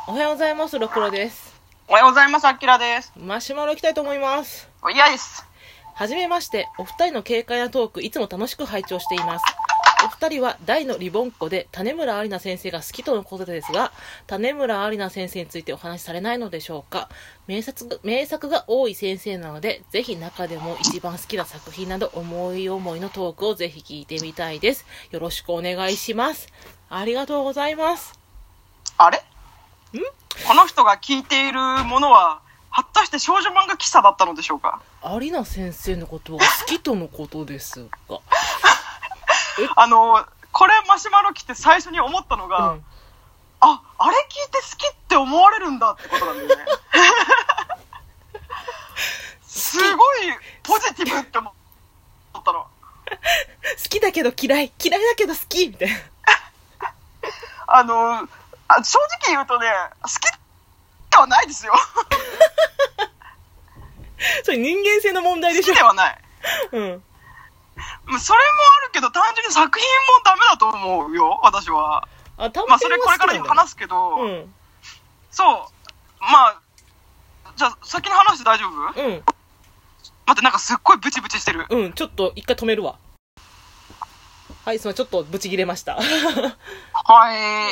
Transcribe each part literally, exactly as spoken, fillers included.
おはようございます。ろくろです。 おはようございます。あきらです。 マシュマロいきたいと思います。 おいやです。 はじめまして。お二人の軽快なトークいつも楽しく拝聴しています。お二人は大のリボンっ子で種村有奈先生が好きとのことですが、種村有奈先生についてお話しされないのでしょうか。名作、名作が多い先生なので、ぜひ中でも一番好きな作品など思い思いのトークをぜひ聞いてみたいです。よろしくお願いします。ありがとうございます。 あれ？ん？この人が聞いているものは果たして少女漫画喫茶だったのでしょうか。 有奈先生のことは好きとのことですがあのこれマシュマロ来て最初に思ったのが、うん、あ、あれ聞いて好きって思われるんだってことなんだよねすごいポジティブって思ったの好きだけど嫌い嫌いだけど好きみたいなあのあ正直言うとね、好きではないですよそれ人間性の問題でしょ。 好きではないうん。 それもあるけど、単純に作品もダメだと思うよ、私は。 あ、短編は好きなんだ。 まあそれこれから話すけど、うん、そう、まあじゃあ先に話して大丈夫？うん。待って、なんかすっごいブチブチしてる。 うん、ちょっと一回止めるわ。はい、すみません、ちょっとブチ切れましたはい、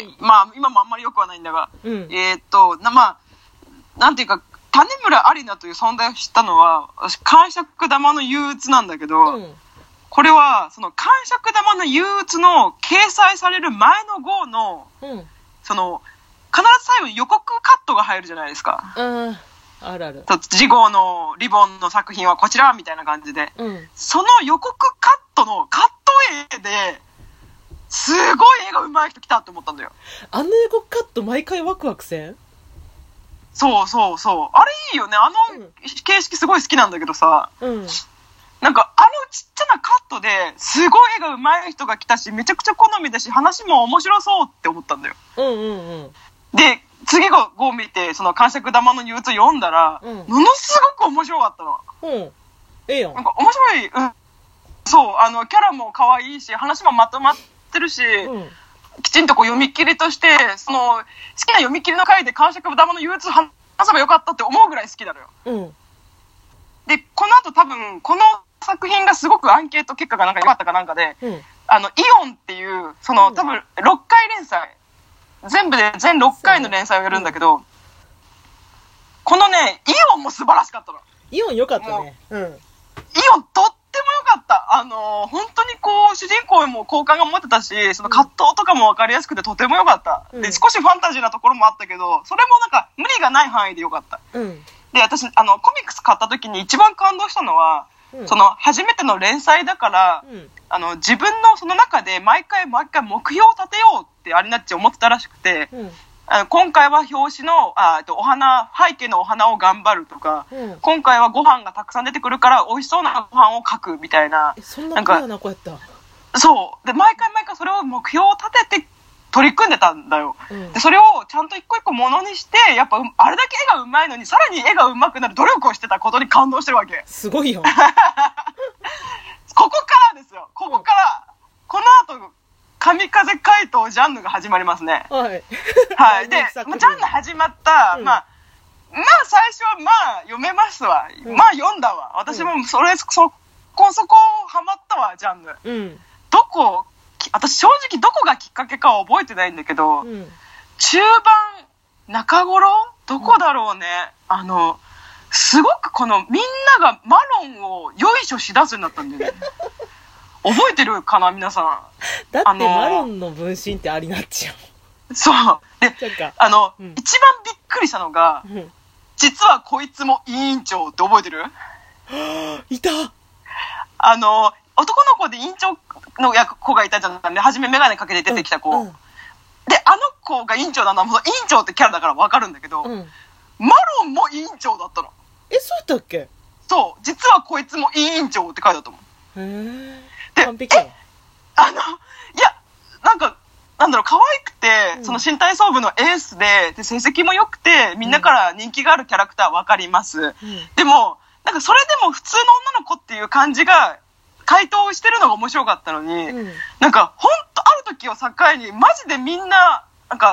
まあ今もあんまりよくはないんだが、うん、えー、っとなまあなんていうか、種村有奈という存在を知ったのは私、感触玉の憂鬱なんだけど、うん、これはその感触玉の憂鬱の掲載される前の号の、うん、その必ず最後に予告カットが入るじゃないですか。 うん、あるある。 次号のリボンの作品はこちらみたいな感じで、うん、その予告カットのカット絵ですごい絵が上手い人来たって思ったんだよ。 あの予告カット毎回ワクワクせん？ そうそうそう、あれいいよね。あの形式すごい好きなんだけどさ、うん、なんかあのちっちゃなカットですごい絵が上手い人が来たし、めちゃくちゃ好みだし、話も面白そうって思ったんだよ。うんうんうん。で次号を見て、その感触玉の憂鬱読んだら、うん、ものすごく面白かったの。うん。ええやん。なんか面白い。うん。そう、あのキャラも可愛いし、話もまとまってるし、うん、きちんとこう読み切りとして、その好きな読み切りの回で感触玉の憂鬱話せばよかったって思うぐらい好きなのよ。うん。でこの後多分この作品がすごくアンケート結果がなんか良かったかなんかで、うん、あのイオンっていうその、うん、多分ろっかい連載、全部で全ろっかいの連載をやるんだけど、うん、このねイオンも素晴らしかったの。 イオン良かったね。うん。イオンとっても良かった。あのー、本当にこう主人公も好感が持ってたし、その葛藤とかも分かりやすくてとても良かった、うん、で少しファンタジーなところもあったけど、それもなんか無理がない範囲で良かった、うん、で私あのコミックス買った時に一番感動したのは、うん、その初めての連載だから、うん、あの自分のその中で毎回毎回目標を立てようってアリナッチ思ってたらしくて、うん、あの今回は表紙のあお花、背景のお花を頑張るとか、うん、今回はご飯がたくさん出てくるから美味しそうなご飯を描くみたいな。 え、そんなクリアな子やった？ そうで、毎回毎回それを目標を立てて取り組んでたんだよ、うん、でそれをちゃんと一個一個ものにして、やっぱあれだけ絵がうまいのにさらに絵がうまくなる努力をしてたことに感動してるわけ。 すごいよここからですよ、ここから、うん、この後神風怪盗ジャンヌが始まりますね。はい。はい。で、ジャンヌ始まった、うん、まあ、まあ最初はまあ読めますわ。うん、まあ読んだわ。私もそれ、そこそこハマったわ、ジャンヌ。うん。どこ、私正直どこがきっかけかは覚えてないんだけど、うん、中盤、中頃どこだろうね。うん、あの、すごくこのみんながマロンをよいしょしだすようになったんだよね。覚えてるかな皆さん。 だってマロンの分身ってありなっちゃう。そうで、あの、うん、一番びっくりしたのが、うん、実はこいつも委員長って覚えてる？ いた。 あの男の子で委員長の役子がいたじゃん。で初め眼鏡かけて出てきた子、うんうん、であの子が委員長なのはもう委員長ってキャラだから分かるんだけど、うん、マロンも委員長だったの。 え、そうだっけ？ そう、実はこいつも委員長って書いてあったもん。へー。で、完璧やん。あの、いや、なんか、なんだろう、可愛くて、うん、その身体操部のエースで、で、成績も良くて、みんなから人気があるキャラクターわかります。うん、でも、なんかそれでも普通の女の子っていう感じが、回答してるのが面白かったのに、うん、なんか、ほんとある時を境に、マジでみんな、なんか、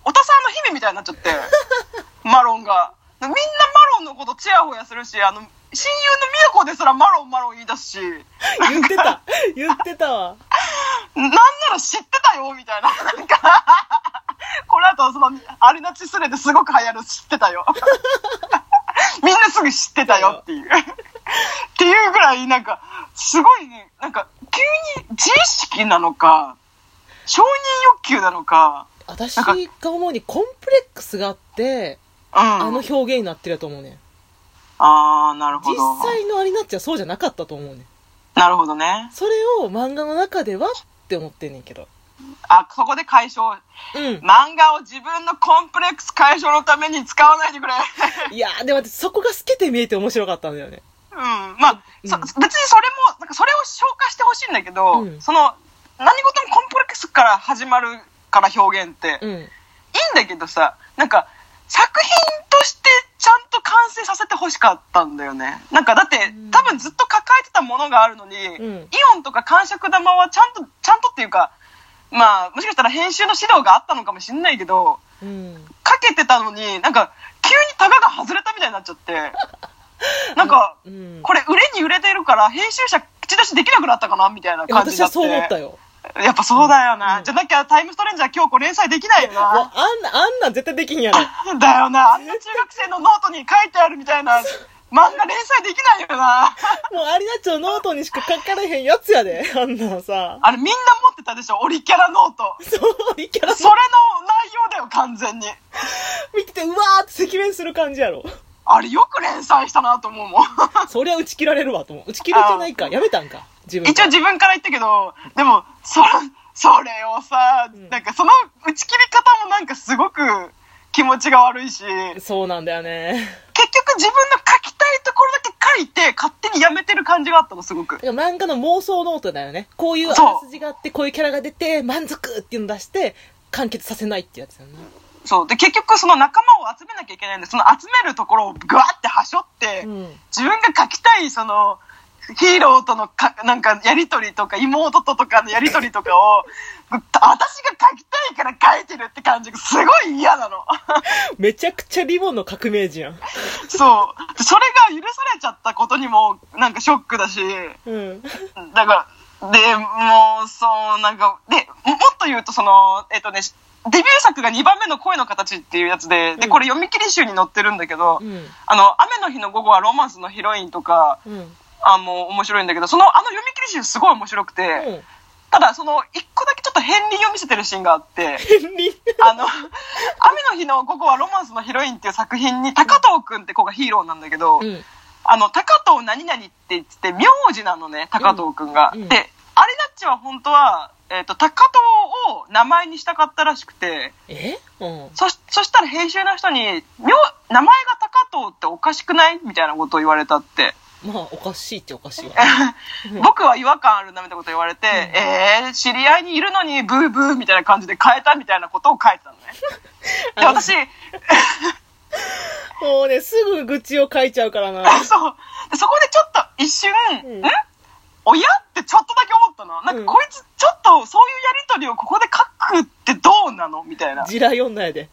おたさんの姫みたいになっちゃってマロンがみんなマロンのことチヤホヤするし、あの親友のミヤコですらマロンマロン言い出すし、 言ってた言ってたわ、 なんなら知ってたよみたいな、なんかこの後そのアリナチスレですごく流行る知ってたよみんなすぐ知ってたよっていうっていうぐらい、なんかすごいなんか急に自意識なのか承認欲求なのか、 私が思うにコンプレックスがあって、うん、あの表現になってると思うね。 あー、なるほど。 実際のアリナッチはそうじゃなかったと思うね。 なるほどね。 それを漫画の中ではって思ってんねんけど、 あ、そこで解消、うん、漫画を自分のコンプレックス解消のために使わないでくれいやでもそこが透けて見えて面白かったんだよね。 うん、まあ、うん、別にそれもなんかそれを消化してほしいんだけど、うん、その何事もコンプレックスから始まるから表現って、うん、いいんだけどさ、なんか作品としてちゃんと完成させてほしかったんだよね。なんかだって、うん、多分ずっと抱えてたものがあるのに、うん、イオンとか感触玉はちゃんとちゃんとっていうか、まあもしかしたら編集の指導があったのかもしれないけど、うん、かけてたのになんか急にタガが外れたみたいになっちゃってなんか、うん、これ売れに売れてるから編集者口出しできなくなったかなみたいな感じになって。 私はそう思ったよ。 やっぱそうだよな、うん、じゃなきゃタイムストレンジャー今日これ連載できないよな。 もうあんなあんなん絶対できんやろだよな、あんな中学生のノートに書いてあるみたいな漫画連載できないよなもうアリナッチのノートにしか書かれへんやつやで、あんなさ。 あれみんな持ってたでしょ、オリキャラノート。 そう、オリキャラノート。 それの内容だよ完全に。 見ててうわーって赤面する感じやろ。 あれよく連載したなと思うもんそりゃ打ち切られるわと思う。打ち切れてないか、やめたんか自分。一応自分から言ったけど、でもそそれをさ、うん、なんかその打ち切り方もなんかすごく気持ちが悪いし。 そうなんだよね。 結局自分の書きたいところだけ書いて勝手にやめてる感じがあったのすごく。 漫画の妄想ノートだよね。こういうあらすじがあってこういうキャラが出て満足っていうのを出して完結させないってやつだよね。 そうで結局その仲間を集めなきゃいけないんで、その集めるところをグワッてはしょって、うん、自分が書きたいそのヒーローとのかなんかやりとりとか妹ととかのやりとりとかを私が書きたいから書いてるって感じがすごい嫌なのめちゃくちゃリボンの革命児やん。 そうそれが許されちゃったことにもなんかショックだし、うん、だからでもうそうなんかでもっと言うとそのえっとねデビュー作がにばんめの恋の形っていうやつで、でこれ読み切り集に載ってるんだけど、うん、あの雨の日の午後はロマンスのヒロインとか、うん、あもう面白いんだけど、そのあの読み切り集すごい面白くて、うん、ただその一個だけちょっと片鱗を見せてるシーンがあって、あの雨の日の午後はロマンスのヒロインっていう作品に高藤くんって子がヒーローなんだけど、うん、あの高藤何々って言って名字なのね高藤くんが、うん、でアリナッチは本当はえー、と高藤を名前にしたかったらしくて、 え、うん、 そ, そしたら編集の人に名前が高藤っておかしくないみたいなことを言われたって。 まあおかしいっておかしいわ僕は違和感あるなみたいなこと言われて、うん、えー、知り合いにいるのにブーブーみたいな感じで変えたみたいなことを書いてたのねで私もうねすぐ愚痴を書いちゃうからなそうでそこでちょっと一瞬、うん、ん親ってちょっとだけ思ったの。なんかこいつちょっとそういうやりとりをここで書くってどうなのみたいな。 地雷女やで。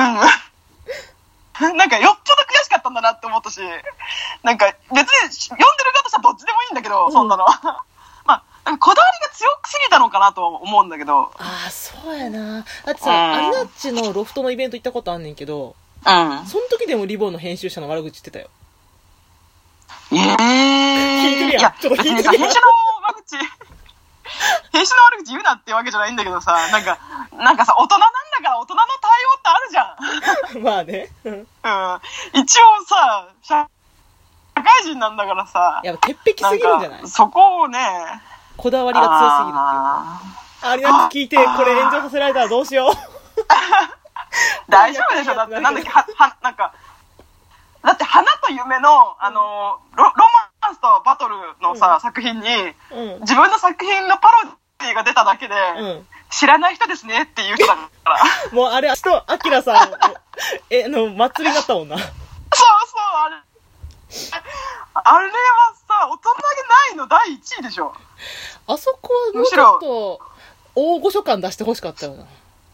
うん。なんかよっぽど悔しかったんだなって思ったし、なんか別に読んでる側としてはどっちでもいいんだけど、うん、そんなの。まあ、こだわりが強すぎたのかなと思うんだけど。 ああ、そうやな。だってさ、うん、アリナッチのロフトのイベント行ったことあんねんけど、うん。その時でもリボンの編集者の悪口言ってたよ。 えー、 聞いてるやん。いや、 ちょっと聞いてるやん。編集の悪口、編集の悪口言うなってわけじゃないんだけどさ、なんか、なんかさ、大人なんだから大人の対応ってあるじゃん。 まあね。 うん。一応さ、社会人なんだからさ。 いや、鉄壁すぎるんじゃない？ そこをね、 こだわりが強すぎるっていうか。あれなんて聞いて、これ炎上させられたらどうしよう。 大丈夫でしょ？だって、なんだっけ、は、は、なんか、だって花と夢の、あの、ロ、ロマンスとバトルのさ、うん、作品に、うん、自分の作品のパロディが出ただけで、うん、知らない人ですねっていう人だから。もうあれ、あと、アキラさん、え、あの、祭りになったもんな。そうそう、 あれ。あれはさ、大人げないのだいいちいでしょ。 あそこはもうちょっと、大御所感出してほしかったよな。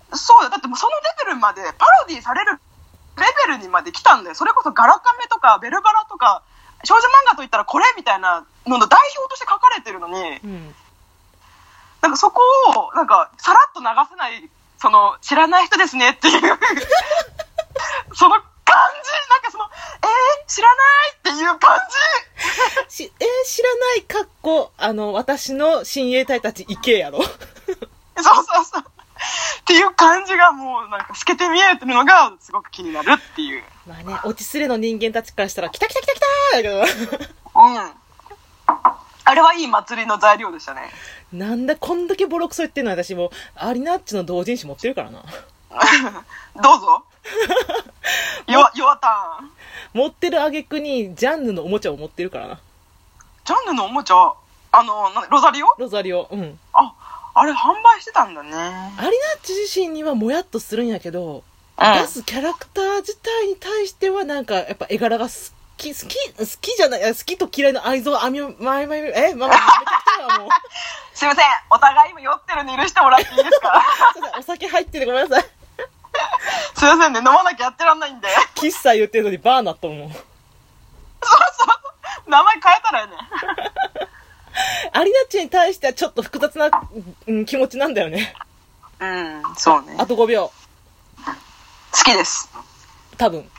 そうだ、だってもうそのレベルまで、パロディされるレベルにまで来たんだよ。それこそガラカメとかベルバラとか、少女漫画といったらこれみたいなのの代表として書かれてるのに、うん、なんかそこを、なんか、さらっと流せない、その、知らない人ですねっていうその感じ、なんかその、えー、知らないっていう感じしえー、知らないかっこ、あの、私の親衛隊たち行けやろそうそうそう。っていう感じがもうなんか透けて見えてるのがすごく気になるっていう。 まあね、落ちすれの人間たちからしたら、来た来た来た来たーだけど。 うん。あれはいい祭りの材料でしたね。 なんだ、こんだけボロクソ言ってんの私もう、アリナッチの同人誌持ってるからな。 どうぞ。弱、弱たん。 持ってる挙句に、ジャンヌのおもちゃを持ってるからな。 ジャンヌのおもちゃあの、ロザリオロザリオ、うん。 あ、あれ販売してたんだね。 アリナッチ自身にはもやっとするんやけど、うん、出すキャラクター自体に対してはなんか、やっぱ絵柄が好き、好き、好きじゃない、好きと嫌いの愛憎、あみ、まいまい、え、まあ、めちゃくちゃやもう。 すいません、お互い今酔ってるんで許してもらっていいですかお酒入っててごめんなさい。 すいませんね、飲まなきゃやってらんないんで。 喫茶言ってるのにバーなったもん。そうそう、名前変えたらやね。 アリナッチに対してはちょっと複雑な、うん、気持ちなんだよね。 うん、そうね。 あとごびょう。 好きです。 多分。